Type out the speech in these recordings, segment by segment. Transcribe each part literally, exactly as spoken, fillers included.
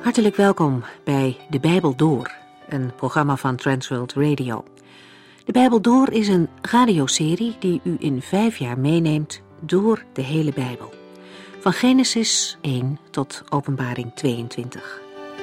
Hartelijk welkom bij De Bijbel Door, een programma van Transworld Radio. De Bijbel Door is een radioserie die u in vijf jaar meeneemt door de hele Bijbel. Van Genesis één tot Openbaring tweeëntwintig.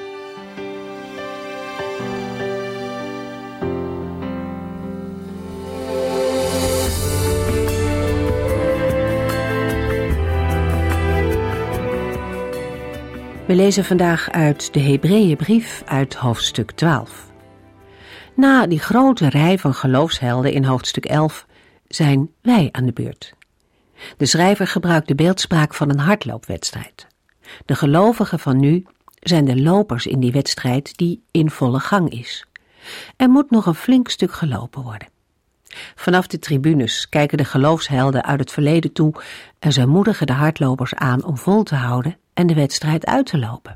We lezen vandaag uit de Hebreeënbrief uit hoofdstuk twaalf. Na die grote rij van geloofshelden in hoofdstuk elf zijn wij aan de beurt. De schrijver gebruikt de beeldspraak van een hardloopwedstrijd. De gelovigen van nu zijn de lopers in die wedstrijd die in volle gang is. Er moet nog een flink stuk gelopen worden. Vanaf de tribunes kijken de geloofshelden uit het verleden toe en ze moedigen de hardlopers aan om vol te houden en de wedstrijd uit te lopen.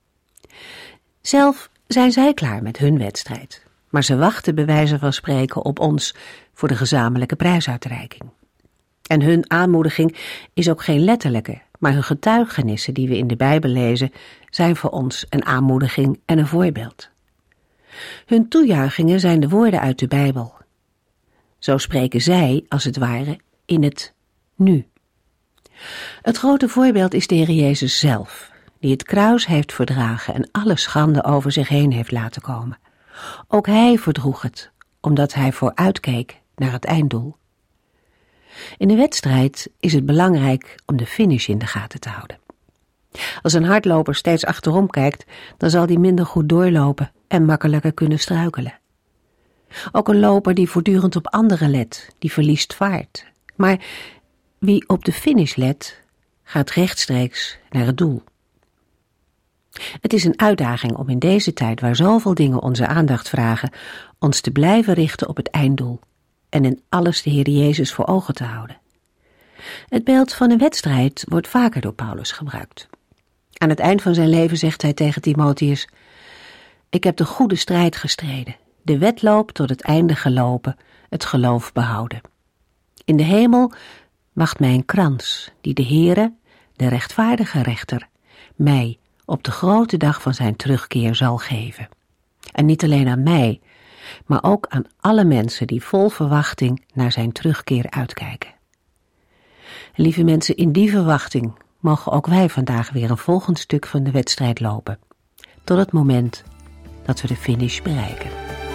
Zelf zijn zij klaar met hun wedstrijd, maar ze wachten bij wijze van spreken op ons voor de gezamenlijke prijsuitreiking. En hun aanmoediging is ook geen letterlijke, maar hun getuigenissen die we in de Bijbel lezen zijn voor ons een aanmoediging en een voorbeeld. Hun toejuichingen zijn de woorden uit de Bijbel. Zo spreken zij, als het ware, in het nu. Het grote voorbeeld is de Heer Jezus zelf, die het kruis heeft verdragen en alle schande over zich heen heeft laten komen. Ook hij verdroeg het, omdat hij vooruitkeek naar het einddoel. In de wedstrijd is het belangrijk om de finish in de gaten te houden. Als een hardloper steeds achterom kijkt, dan zal hij minder goed doorlopen en makkelijker kunnen struikelen. Ook een loper die voortdurend op anderen let, die verliest vaart. Maar wie op de finish let, gaat rechtstreeks naar het doel. Het is een uitdaging om in deze tijd waar zoveel dingen onze aandacht vragen, ons te blijven richten op het einddoel en in alles de Heer Jezus voor ogen te houden. Het beeld van een wedstrijd wordt vaker door Paulus gebruikt. Aan het eind van zijn leven zegt hij tegen Timotheus: Ik heb de goede strijd gestreden, de wedloop tot het einde gelopen, het geloof behouden. In de hemel wacht mij een krans, die de Heere, de rechtvaardige rechter, mij op de grote dag van zijn terugkeer zal geven. En niet alleen aan mij, maar ook aan alle mensen die vol verwachting naar zijn terugkeer uitkijken. Lieve mensen, in die verwachting mogen ook wij vandaag weer een volgend stuk van de wedstrijd lopen, tot het moment dat we de finish bereiken.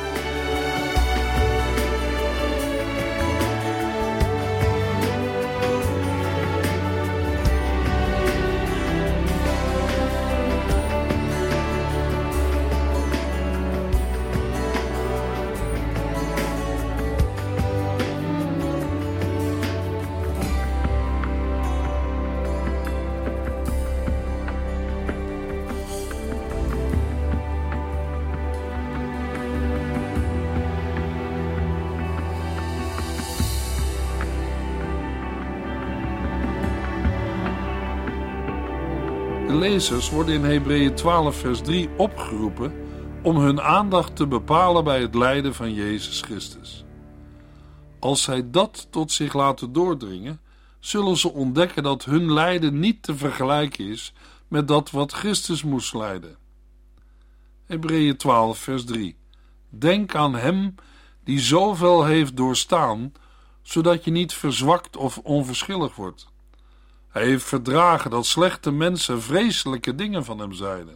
De lezers worden in Hebreeën twaalf vers drie opgeroepen om hun aandacht te bepalen bij het lijden van Jezus Christus. Als zij dat tot zich laten doordringen, zullen ze ontdekken dat hun lijden niet te vergelijken is met dat wat Christus moest lijden. Hebreeën twaalf vers drie. Denk aan hem die zoveel heeft doorstaan, zodat je niet verzwakt of onverschillig wordt. Hij heeft verdragen dat slechte mensen vreselijke dingen van hem zeiden.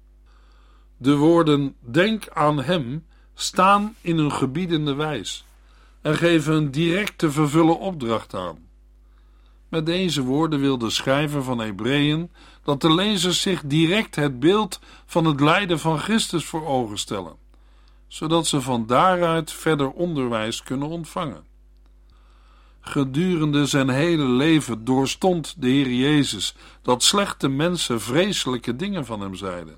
De woorden denk aan hem staan in een gebiedende wijs en geven een direct te vervullen opdracht aan. Met deze woorden wil de schrijver van Hebreeën dat de lezers zich direct het beeld van het lijden van Christus voor ogen stellen, zodat ze van daaruit verder onderwijs kunnen ontvangen. Gedurende zijn hele leven doorstond de Heer Jezus dat slechte mensen vreselijke dingen van hem zeiden.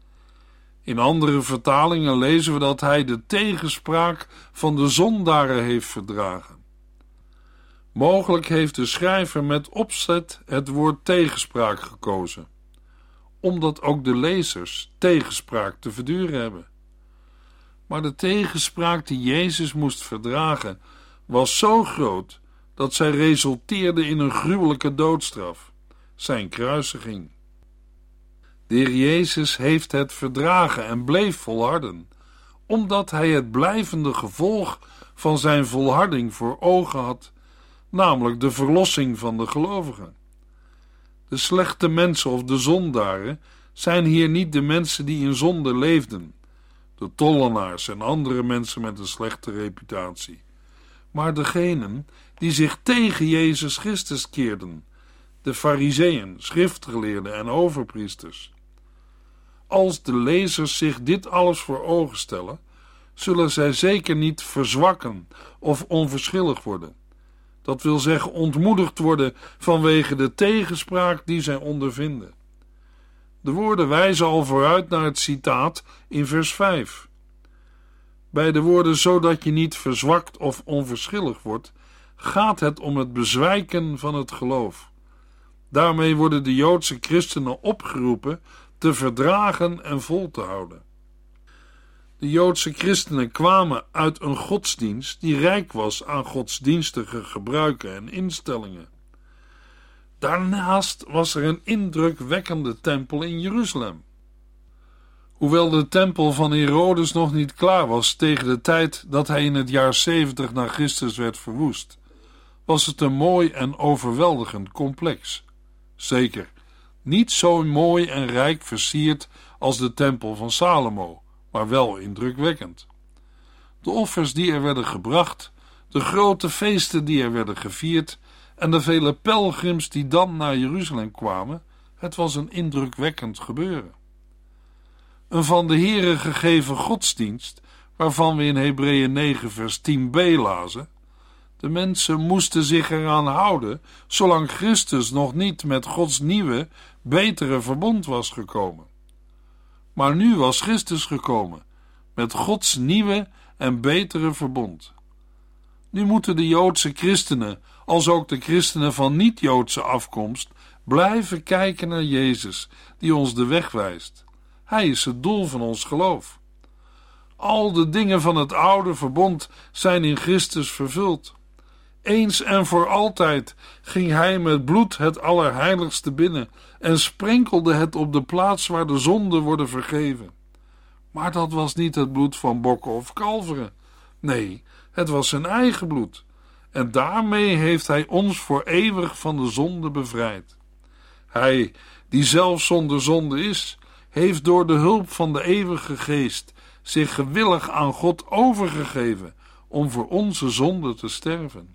In andere vertalingen lezen we dat hij de tegenspraak van de zondaren heeft verdragen. Mogelijk heeft de schrijver met opzet het woord tegenspraak gekozen, omdat ook de lezers tegenspraak te verduren hebben. Maar de tegenspraak die Jezus moest verdragen was zo groot dat zij resulteerde in een gruwelijke doodstraf, zijn kruisiging. De Heer Jezus heeft het verdragen en bleef volharden, omdat hij het blijvende gevolg van zijn volharding voor ogen had, namelijk de verlossing van de gelovigen. De slechte mensen of de zondaren zijn hier niet de mensen die in zonde leefden, de tollenaars en andere mensen met een slechte reputatie, maar degenen die zich tegen Jezus Christus keerden, de farizeeën, schriftgeleerden en overpriesters. Als de lezers zich dit alles voor ogen stellen, zullen zij zeker niet verzwakken of onverschillig worden. Dat wil zeggen ontmoedigd worden vanwege de tegenspraak die zij ondervinden. De woorden wijzen al vooruit naar het citaat in vers vijf. Bij de woorden zodat je niet verzwakt of onverschillig wordt, gaat het om het bezwijken van het geloof. Daarmee worden de Joodse christenen opgeroepen te verdragen en vol te houden. De Joodse christenen kwamen uit een godsdienst die rijk was aan godsdienstige gebruiken en instellingen. Daarnaast was er een indrukwekkende tempel in Jeruzalem. Hoewel de tempel van Herodes nog niet klaar was tegen de tijd dat hij in het jaar zeventig na Christus werd verwoest, was het een mooi en overweldigend complex. Zeker, niet zo mooi en rijk versierd als de tempel van Salomo, maar wel indrukwekkend. De offers die er werden gebracht, de grote feesten die er werden gevierd en de vele pelgrims die dan naar Jeruzalem kwamen, het was een indrukwekkend gebeuren. Een van de Here gegeven godsdienst, waarvan we in Hebreeën negen vers tien b lazen. De mensen moesten zich eraan houden, zolang Christus nog niet met Gods nieuwe, betere verbond was gekomen. Maar nu was Christus gekomen, met Gods nieuwe en betere verbond. Nu moeten de Joodse christenen, als ook de christenen van niet-Joodse afkomst, blijven kijken naar Jezus, die ons de weg wijst. Hij is het doel van ons geloof. Al de dingen van het oude verbond zijn in Christus vervuld. Eens en voor altijd ging hij met bloed het allerheiligste binnen en sprenkelde het op de plaats waar de zonden worden vergeven. Maar dat was niet het bloed van bokken of kalveren. Nee, het was zijn eigen bloed. En daarmee heeft hij ons voor eeuwig van de zonde bevrijd. Hij, die zelf zonder zonde is, heeft door de hulp van de eeuwige geest zich gewillig aan God overgegeven om voor onze zonde te sterven.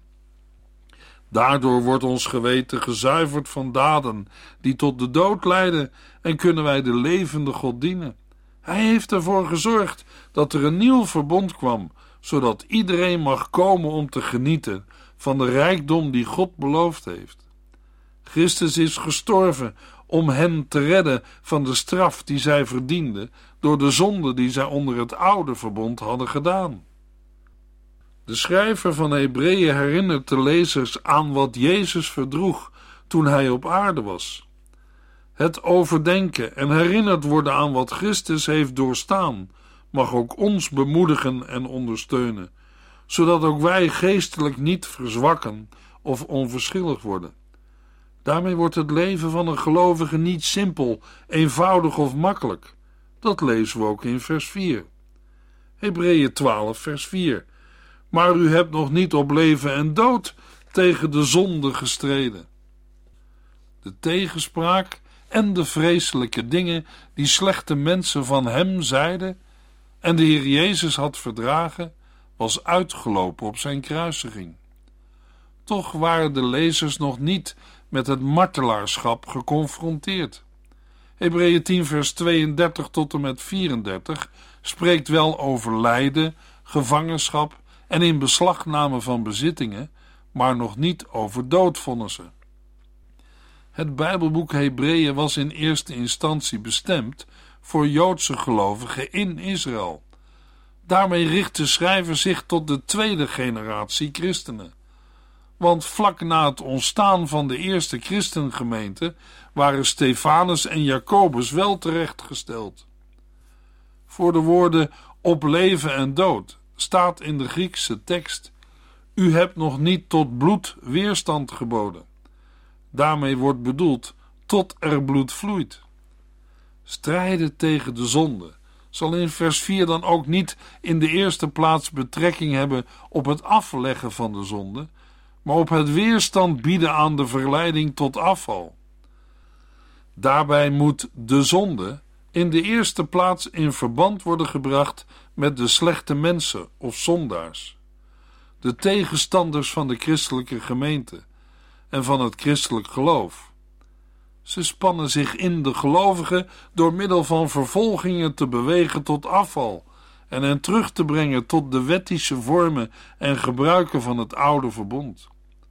Daardoor wordt ons geweten gezuiverd van daden die tot de dood leiden en kunnen wij de levende God dienen. Hij heeft ervoor gezorgd dat er een nieuw verbond kwam, zodat iedereen mag komen om te genieten van de rijkdom die God beloofd heeft. Christus is gestorven om hen te redden van de straf die zij verdienden door de zonde die zij onder het oude verbond hadden gedaan. De schrijver van Hebreeën herinnert de lezers aan wat Jezus verdroeg toen hij op aarde was. Het overdenken en herinnerd worden aan wat Christus heeft doorstaan mag ook ons bemoedigen en ondersteunen, zodat ook wij geestelijk niet verzwakken of onverschillig worden. Daarmee wordt het leven van een gelovige niet simpel, eenvoudig of makkelijk. Dat lezen we ook in vers vier. Hebreeën twaalf vers vier. Maar u hebt nog niet op leven en dood tegen de zonde gestreden. De tegenspraak en de vreselijke dingen die slechte mensen van hem zeiden en de Heer Jezus had verdragen, was uitgelopen op zijn kruisiging. Toch waren de lezers nog niet met het martelaarschap geconfronteerd. Hebreeën tien vers tweeëndertig tot en met vierendertig spreekt wel over lijden, gevangenschap en in beslagname van bezittingen, maar nog niet over doodvonnissen. Het Bijbelboek Hebreeën was in eerste instantie bestemd voor Joodse gelovigen in Israël. Daarmee richt de schrijver zich tot de tweede generatie christenen. Want vlak na het ontstaan van de eerste christengemeente waren Stefanus en Jacobus wel terechtgesteld. Voor de woorden op leven en dood staat in de Griekse tekst: u hebt nog niet tot bloed weerstand geboden. Daarmee wordt bedoeld tot er bloed vloeit. Strijden tegen de zonde zal in vers vier dan ook niet in de eerste plaats betrekking hebben op het afleggen van de zonde, maar op het weerstand bieden aan de verleiding tot afval. Daarbij moet de zonde in de eerste plaats in verband worden gebracht met de slechte mensen of zondaars, de tegenstanders van de christelijke gemeente en van het christelijk geloof. Ze spannen zich in de gelovigen door middel van vervolgingen te bewegen tot afval en hen terug te brengen tot de wettische vormen en gebruiken van het oude verbond.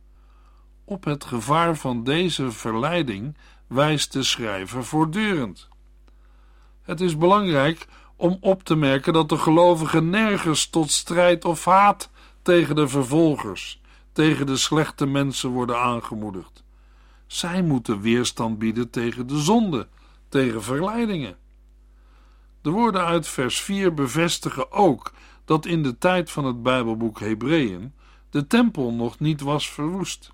Op het gevaar van deze verleiding wijst de schrijver voortdurend. Het is belangrijk om op te merken dat de gelovigen nergens tot strijd of haat tegen de vervolgers, tegen de slechte mensen worden aangemoedigd. Zij moeten weerstand bieden tegen de zonde, tegen verleidingen. De woorden uit vers vier bevestigen ook dat in de tijd van het Bijbelboek Hebreeën de tempel nog niet was verwoest.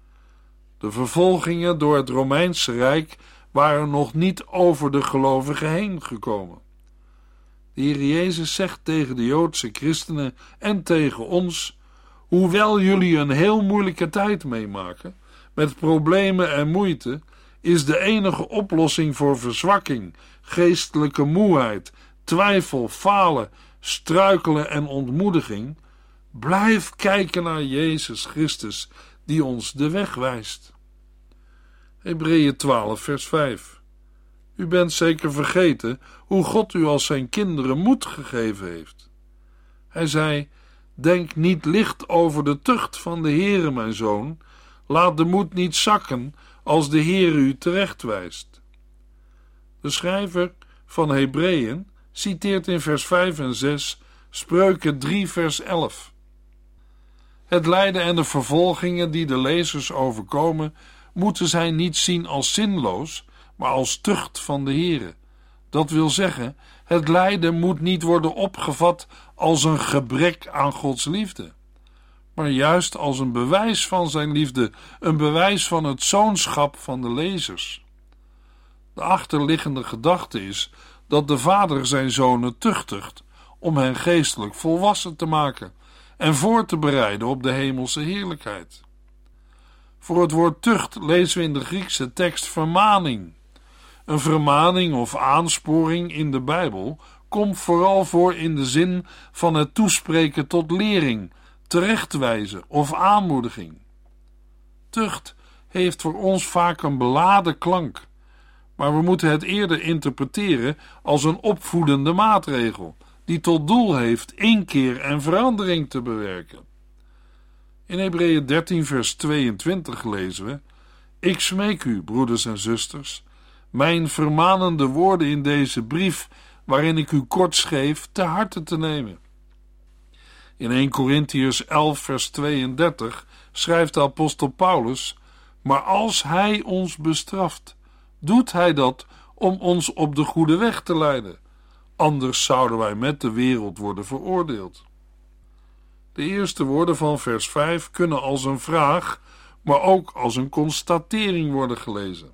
De vervolgingen door het Romeinse Rijk waren nog niet over de gelovigen heen gekomen. De Heer Jezus zegt tegen de Joodse christenen en tegen ons: hoewel jullie een heel moeilijke tijd meemaken, met problemen en moeite, is de enige oplossing voor verzwakking, geestelijke moeheid, twijfel, falen, struikelen en ontmoediging: blijf kijken naar Jezus Christus, die ons de weg wijst. Hebreeën twaalf vers vijf. U bent zeker vergeten hoe God u als zijn kinderen moed gegeven heeft. Hij zei: denk niet licht over de tucht van de Heere, mijn zoon. Laat de moed niet zakken als de Heere u terechtwijst. De schrijver van Hebreeën citeert in vers vijf en zes Spreuken drie vers elf. Het lijden en de vervolgingen die de lezers overkomen, moeten zij niet zien als zinloos, maar als tucht van de Heere. Dat wil zeggen, het lijden moet niet worden opgevat als een gebrek aan Gods liefde, maar juist als een bewijs van zijn liefde, een bewijs van het zoonschap van de lezers. De achterliggende gedachte is dat de vader zijn zonen tuchtigt om hen geestelijk volwassen te maken en voor te bereiden op de hemelse heerlijkheid. Voor het woord tucht lezen we in de Griekse tekst vermaning. Een vermaning of aansporing in de Bijbel komt vooral voor in de zin van het toespreken tot lering, terechtwijzen of aanmoediging. Tucht heeft voor ons vaak een beladen klank, maar we moeten het eerder interpreteren als een opvoedende maatregel, die tot doel heeft inkeer en verandering te bewerken. In Hebreeën dertien vers tweeëntwintig lezen we: ik smeek u, broeders en zusters, mijn vermanende woorden in deze brief, waarin ik u kort schreef, ter harte te nemen. In eerste Korintiërs elf vers tweeëndertig schrijft de apostel Paulus: maar als hij ons bestraft, doet hij dat om ons op de goede weg te leiden. Anders zouden wij met de wereld worden veroordeeld. De eerste woorden van vers vijf kunnen als een vraag, maar ook als een constatering worden gelezen.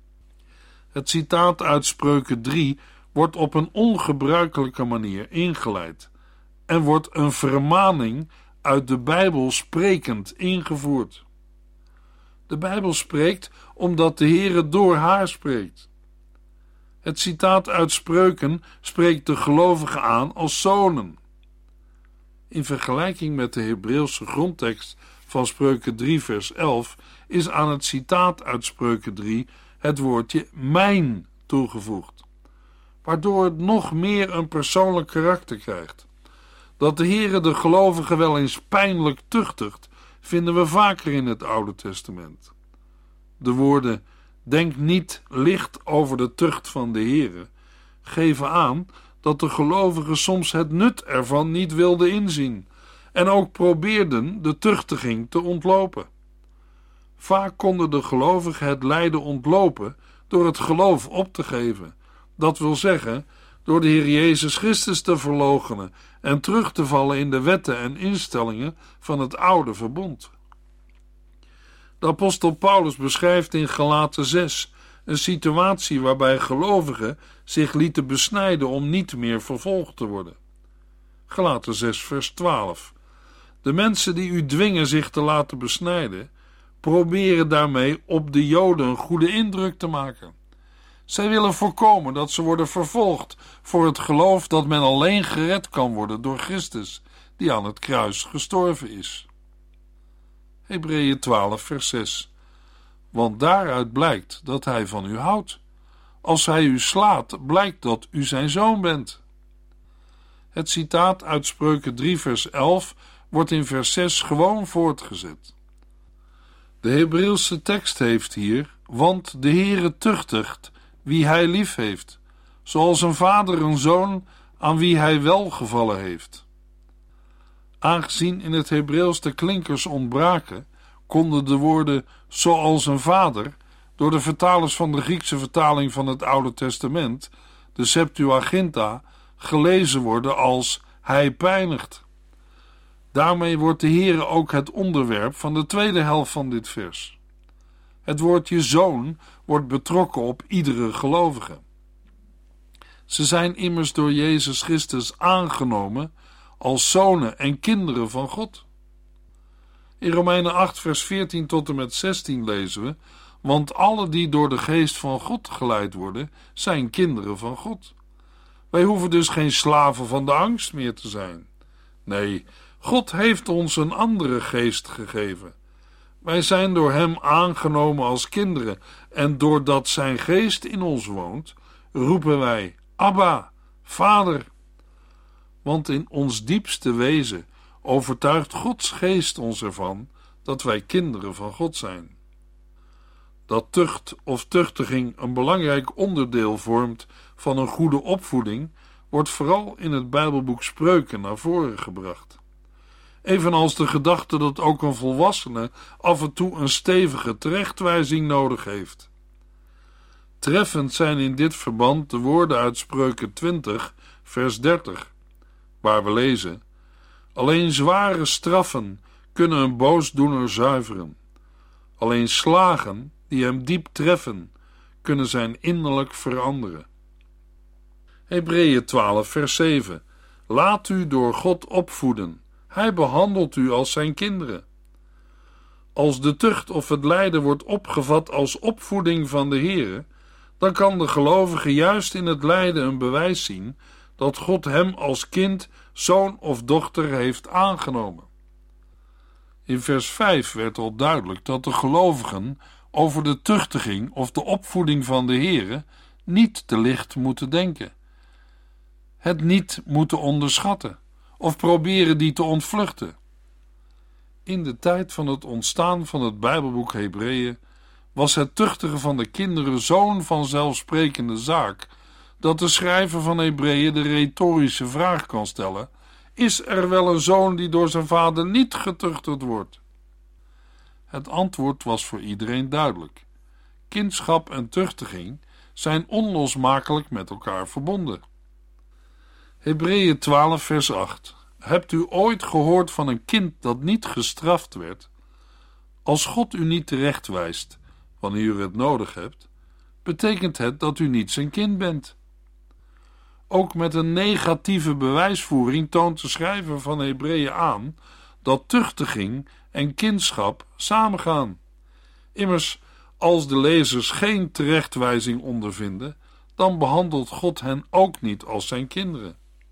Het citaat uit Spreuken drie wordt op een ongebruikelijke manier ingeleid en wordt een vermaning uit de Bijbel sprekend ingevoerd. De Bijbel spreekt omdat de Heere door haar spreekt. Het citaat uit Spreuken spreekt de gelovigen aan als zonen. In vergelijking met de Hebreeuwse grondtekst van Spreuken drie vers elf is aan het citaat uit Spreuken drie het woordje mijn toegevoegd, waardoor het nog meer een persoonlijk karakter krijgt. Dat de Heere de gelovigen wel eens pijnlijk tuchtigt, vinden we vaker in het Oude Testament. De woorden denk niet licht over de tucht van de Heere geven aan dat de gelovigen soms het nut ervan niet wilden inzien en ook probeerden de tuchtiging te ontlopen. Vaak konden de gelovigen het lijden ontlopen door het geloof op te geven, dat wil zeggen door de Heer Jezus Christus te verloochenen en terug te vallen in de wetten en instellingen van het oude verbond. De apostel Paulus beschrijft in Galaten zes een situatie waarbij gelovigen zich lieten besnijden om niet meer vervolgd te worden. Galaten zes vers twaalf. De mensen die u dwingen zich te laten besnijden, proberen daarmee op de Joden een goede indruk te maken. Zij willen voorkomen dat ze worden vervolgd voor het geloof dat men alleen gered kan worden door Christus, die aan het kruis gestorven is. Hebreeën twaalf vers zes. Want daaruit blijkt dat hij van u houdt. Als hij u slaat, blijkt dat u zijn zoon bent. Het citaat uit Spreuken drie vers elf wordt in vers zes gewoon voortgezet. De Hebreeuwse tekst heeft hier, want de Heere tuchtigt wie hij lief heeft, zoals een vader een zoon aan wie hij welgevallen heeft. Aangezien in het Hebreeuws de klinkers ontbraken, konden de woorden zoals een vader door de vertalers van de Griekse vertaling van het Oude Testament, de Septuaginta, gelezen worden als hij pijnigt. Daarmee wordt de Heere ook het onderwerp van de tweede helft van dit vers. Het woordje zoon wordt betrokken op iedere gelovige. Ze zijn immers door Jezus Christus aangenomen als zonen en kinderen van God. In Romeinen acht vers veertien tot en met zestien lezen we, want alle die door de geest van God geleid worden, zijn kinderen van God. Wij hoeven dus geen slaven van de angst meer te zijn. Nee, God heeft ons een andere geest gegeven. Wij zijn door hem aangenomen als kinderen en doordat zijn geest in ons woont, roepen wij, Abba, Vader. Want in ons diepste wezen overtuigt Gods geest ons ervan dat wij kinderen van God zijn. Dat tucht of tuchtiging een belangrijk onderdeel vormt van een goede opvoeding, wordt vooral in het Bijbelboek Spreuken naar voren gebracht. Evenals de gedachte dat ook een volwassene af en toe een stevige terechtwijzing nodig heeft. Treffend zijn in dit verband de woorden uit Spreuken twintig, vers dertig, waar we lezen: alleen zware straffen kunnen een boosdoener zuiveren. Alleen slagen die hem diep treffen, kunnen zijn innerlijk veranderen. Hebreeën twaalf, vers zeven. Laat u door God opvoeden. Hij behandelt u als zijn kinderen. Als de tucht of het lijden wordt opgevat als opvoeding van de Heere, dan kan de gelovige juist in het lijden een bewijs zien dat God hem als kind, zoon of dochter heeft aangenomen. In vers vijf werd al duidelijk dat de gelovigen over de tuchtiging of de opvoeding van de Heere niet te licht moeten denken. Het niet moeten onderschatten of proberen die te ontvluchten. In de tijd van het ontstaan van het Bijbelboek Hebreeën was het tuchtigen van de kinderen zo'n vanzelfsprekende zaak dat de schrijver van Hebreeën de retorische vraag kan stellen: is er wel een zoon die door zijn vader niet getuchtigd wordt? Het antwoord was voor iedereen duidelijk. Kindschap en tuchtiging zijn onlosmakelijk met elkaar verbonden. Hebreeën twaalf vers acht. Hebt u ooit gehoord van een kind dat niet gestraft werd? Als God u niet terechtwijst wanneer u het nodig hebt, betekent het dat u niet zijn kind bent. Ook met een negatieve bewijsvoering toont de schrijver van Hebreeën aan dat tuchtiging en kindschap samengaan. Immers, als de lezers geen terechtwijzing ondervinden, dan behandelt God hen ook niet als zijn kinderen.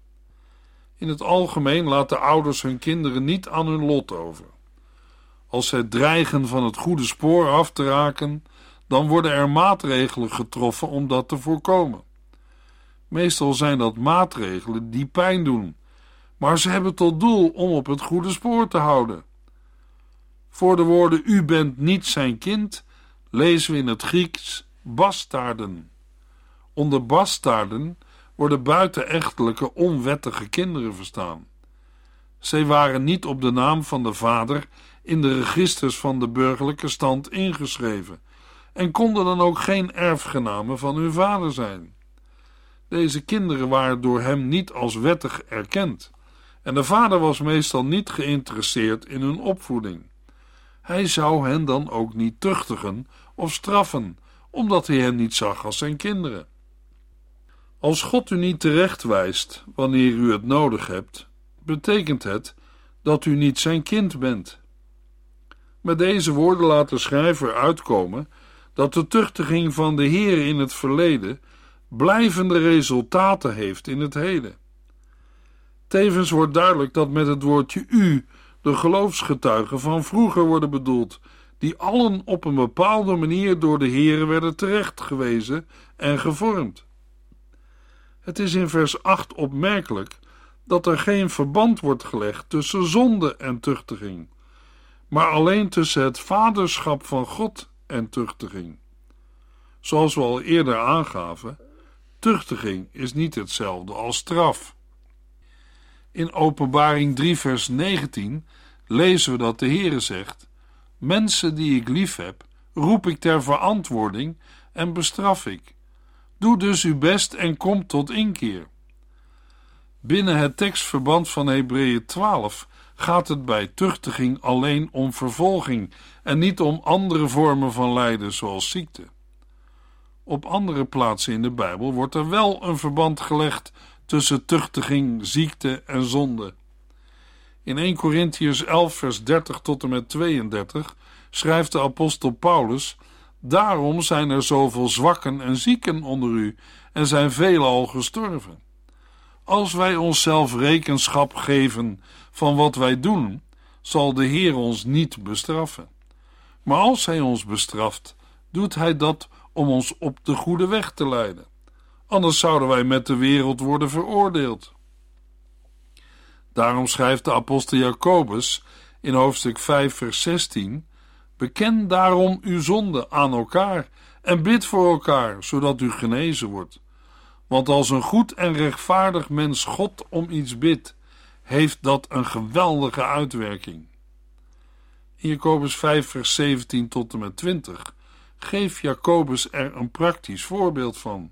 In het algemeen laten ouders hun kinderen niet aan hun lot over. Als zij dreigen van het goede spoor af te raken, dan worden er maatregelen getroffen om dat te voorkomen. Meestal zijn dat maatregelen die pijn doen, maar ze hebben tot doel om op het goede spoor te houden. Voor de woorden u bent niet zijn kind, lezen we in het Grieks bastaarden. Onder bastaarden worden buitenechtelijke onwettige kinderen verstaan. Zij waren niet op de naam van de vader in de registers van de burgerlijke stand ingeschreven en konden dan ook geen erfgenamen van hun vader zijn. Deze kinderen waren door hem niet als wettig erkend en de vader was meestal niet geïnteresseerd in hun opvoeding. Hij zou hen dan ook niet tuchtigen of straffen, omdat hij hen niet zag als zijn kinderen. Als God u niet terecht wijst wanneer u het nodig hebt, betekent het dat u niet zijn kind bent. Met deze woorden laat de schrijver uitkomen dat de tuchtiging van de Heer in het verleden blijvende resultaten heeft in het heden. Tevens wordt duidelijk dat met het woordje u de geloofsgetuigen van vroeger worden bedoeld, die allen op een bepaalde manier door de Heer werden terechtgewezen en gevormd. Het is in vers acht opmerkelijk dat er geen verband wordt gelegd tussen zonde en tuchtiging, maar alleen tussen het vaderschap van God en tuchtiging. Zoals we al eerder aangaven, tuchtiging is niet hetzelfde als straf. In Openbaring drie vers negentien lezen we dat de Heere zegt: mensen die ik lief heb, roep ik ter verantwoording en bestraf ik. Doe dus uw best en kom tot inkeer. Binnen het tekstverband van Hebreeën twaalf gaat het bij tuchtiging alleen om vervolging en niet om andere vormen van lijden zoals ziekte. Op andere plaatsen in de Bijbel wordt er wel een verband gelegd tussen tuchtiging, ziekte en zonde. In eerste Korintiërs elf vers dertig tot en met tweeëndertig schrijft de apostel Paulus: daarom zijn er zoveel zwakken en zieken onder u en zijn velen al gestorven. Als wij onszelf rekenschap geven van wat wij doen, zal de Heer ons niet bestraffen. Maar als hij ons bestraft, doet hij dat om ons op de goede weg te leiden. Anders zouden wij met de wereld worden veroordeeld. Daarom schrijft de apostel Jacobus in hoofdstuk vijf vers zestien: beken daarom uw zonde aan elkaar en bid voor elkaar, zodat u genezen wordt. Want als een goed en rechtvaardig mens God om iets bidt, heeft dat een geweldige uitwerking. In Jacobus vijf vers zeventien tot en met twintig geeft Jacobus er een praktisch voorbeeld van.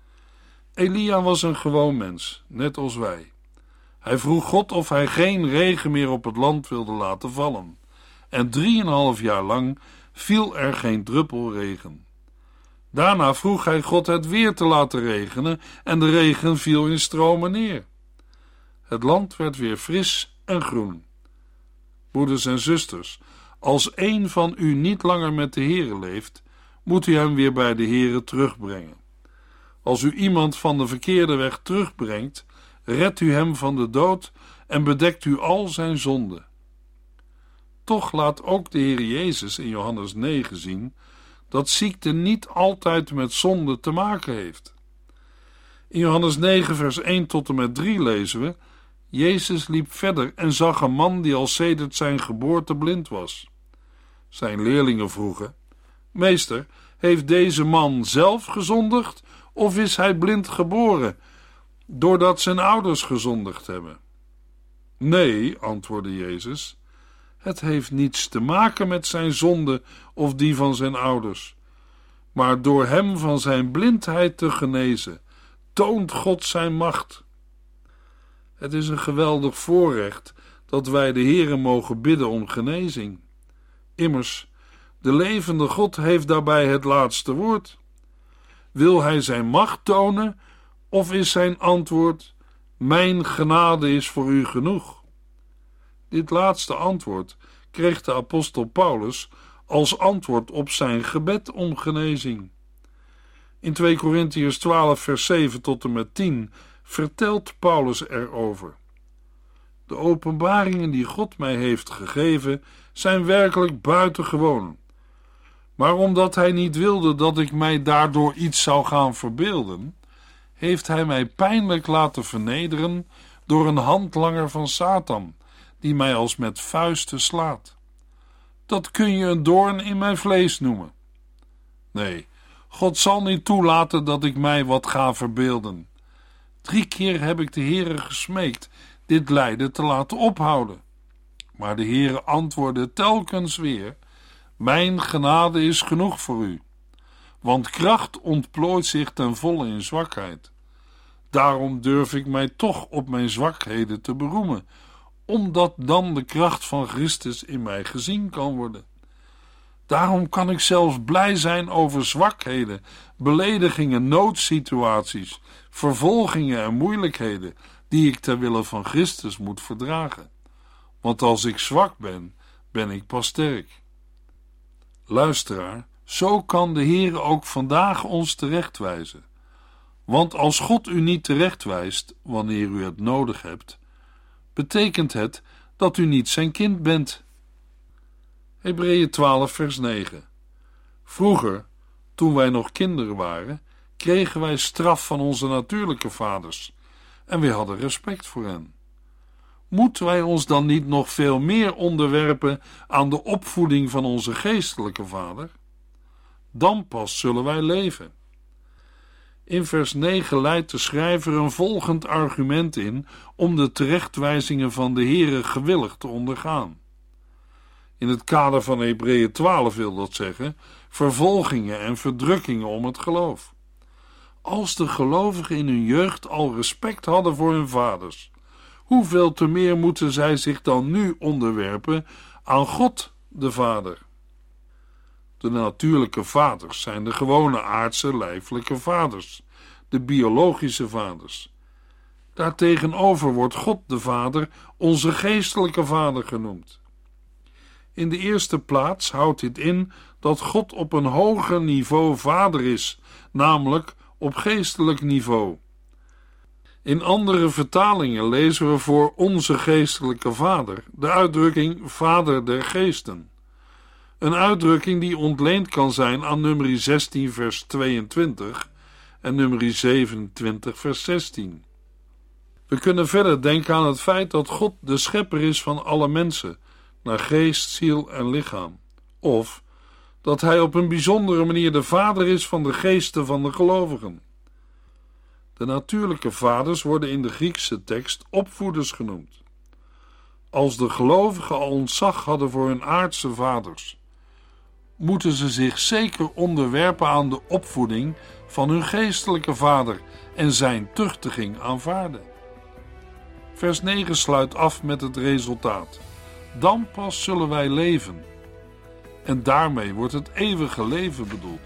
Elia was een gewoon mens, net als wij. Hij vroeg God of hij geen regen meer op het land wilde laten vallen. En drieënhalf jaar lang viel er geen druppel regen. Daarna vroeg hij God het weer te laten regenen en de regen viel in stromen neer. Het land werd weer fris en groen. Broeders en zusters, als een van u niet langer met de Heere leeft, moet u hem weer bij de Heere terugbrengen. Als u iemand van de verkeerde weg terugbrengt, redt u hem van de dood en bedekt u al zijn zonden. Toch laat ook de Heer Jezus in Johannes negen zien dat ziekte niet altijd met zonde te maken heeft. In Johannes negen vers één tot en met drie lezen we: Jezus liep verder en zag een man die al sedert zijn geboorte blind was. Zijn leerlingen vroegen: Meester, heeft deze man zelf gezondigd of is hij blind geboren, doordat zijn ouders gezondigd hebben? Nee, antwoordde Jezus, het heeft niets te maken met zijn zonde of die van zijn ouders, maar door hem van zijn blindheid te genezen, toont God zijn macht. Het is een geweldig voorrecht dat wij de Heere mogen bidden om genezing. Immers, de levende God heeft daarbij het laatste woord. Wil hij zijn macht tonen, of is zijn antwoord: mijn genade is voor u genoeg? Dit laatste antwoord kreeg de apostel Paulus als antwoord op zijn gebed om genezing. In tweede Korintiërs twaalf vers zeven tot en met tien vertelt Paulus erover: de openbaringen die God mij heeft gegeven zijn werkelijk buitengewoon. Maar omdat hij niet wilde dat ik mij daardoor iets zou gaan verbeelden, heeft hij mij pijnlijk laten vernederen door een handlanger van Satan, die mij als met vuisten slaat. Dat kun je een doorn in mijn vlees noemen. Nee, God zal niet toelaten dat ik mij wat ga verbeelden. Drie keer heb ik de Heere gesmeekt dit lijden te laten ophouden. Maar de Heere antwoordde telkens weer: mijn genade is genoeg voor u, want kracht ontplooit zich ten volle in zwakheid. Daarom durf ik mij toch op mijn zwakheden te beroemen, omdat dan de kracht van Christus in mij gezien kan worden. Daarom kan ik zelfs blij zijn over zwakheden, beledigingen, noodsituaties, vervolgingen en moeilijkheden die ik ter wille van Christus moet verdragen. Want als ik zwak ben, ben ik pas sterk. Luisteraar, zo kan de Heer ook vandaag ons terechtwijzen. Want als God u niet terechtwijst, wanneer u het nodig hebt, betekent het dat u niet zijn kind bent. Hebreeën twaalf vers negen. Vroeger, toen wij nog kinderen waren, kregen wij straf van onze natuurlijke vaders en wij hadden respect voor hen. Moeten wij ons dan niet nog veel meer onderwerpen aan de opvoeding van onze geestelijke vader? Dan pas zullen wij leven. In vers negen leidt de schrijver een volgend argument in om de terechtwijzingen van de Heere gewillig te ondergaan. In het kader van Hebreeën twaalf wil dat zeggen vervolgingen en verdrukkingen om het geloof. Als de gelovigen in hun jeugd al respect hadden voor hun vaders, hoeveel te meer moeten zij zich dan nu onderwerpen aan God de Vader? De natuurlijke vaders zijn de gewone aardse lijfelijke vaders, de biologische vaders. Daartegenover wordt God de Vader onze geestelijke vader genoemd. In de eerste plaats houdt dit in dat God op een hoger niveau vader is, namelijk op geestelijk niveau. In andere vertalingen lezen we voor onze geestelijke vader de uitdrukking vader der geesten. Een uitdrukking die ontleend kan zijn aan nummer zestien vers tweeëntwintig en nummer zevenentwintig vers zestien. We kunnen verder denken aan het feit dat God de schepper is van alle mensen, naar geest, ziel en lichaam. Of dat hij op een bijzondere manier de vader is van de geesten van de gelovigen. De natuurlijke vaders worden in de Griekse tekst opvoeders genoemd. Als de gelovigen al ontzag hadden voor hun aardse vaders, moeten ze zich zeker onderwerpen aan de opvoeding van hun geestelijke vader en zijn tuchtiging aanvaarden. Vers negen sluit af met het resultaat. Dan pas zullen wij leven. En daarmee wordt het eeuwige leven bedoeld.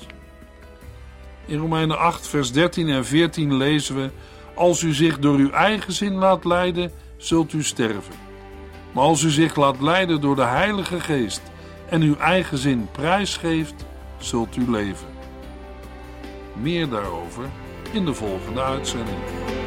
In Romeinen acht vers dertien en veertien lezen we: als u zich door uw eigen zin laat leiden, zult u sterven. Maar als u zich laat leiden door de Heilige Geest en uw eigen zin prijsgeeft, zult u leven. Meer daarover in de volgende uitzending.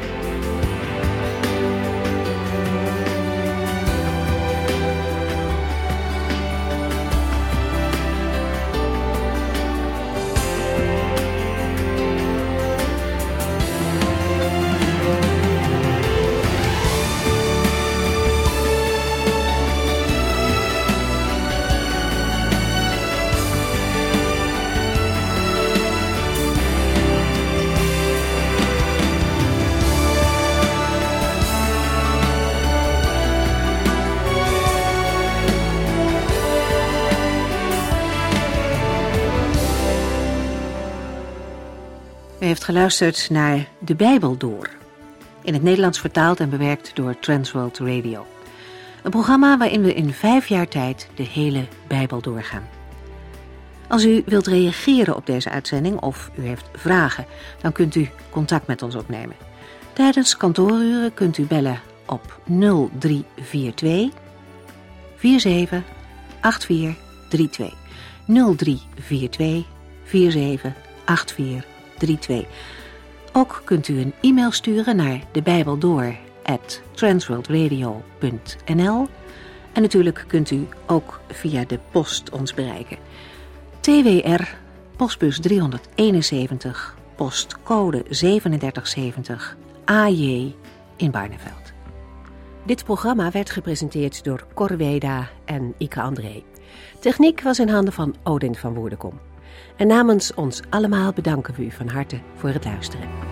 U heeft geluisterd naar De Bijbel Door, in het Nederlands vertaald en bewerkt door Transworld Radio. Een programma waarin we in vijf jaar tijd de hele Bijbel doorgaan. Als u wilt reageren op deze uitzending of u heeft vragen, dan kunt u contact met ons opnemen. Tijdens kantooruren kunt u bellen op nul drie vier twee vier zeven acht vier drie twee. nul drie vier twee vier zeven acht vier drie twee. Ook kunt u een e-mail sturen naar debijbeldoor at transworldradio punt n l en natuurlijk kunt u ook via de post ons bereiken. T W R, postbus driehonderdeenenzeventig, postcode zevenendertig zeventig, A J in Barneveld. Dit programma werd gepresenteerd door Cor Weda en Ike André. Techniek was in handen van Odin van Woerdenkom. En namens ons allemaal bedanken we u van harte voor het luisteren.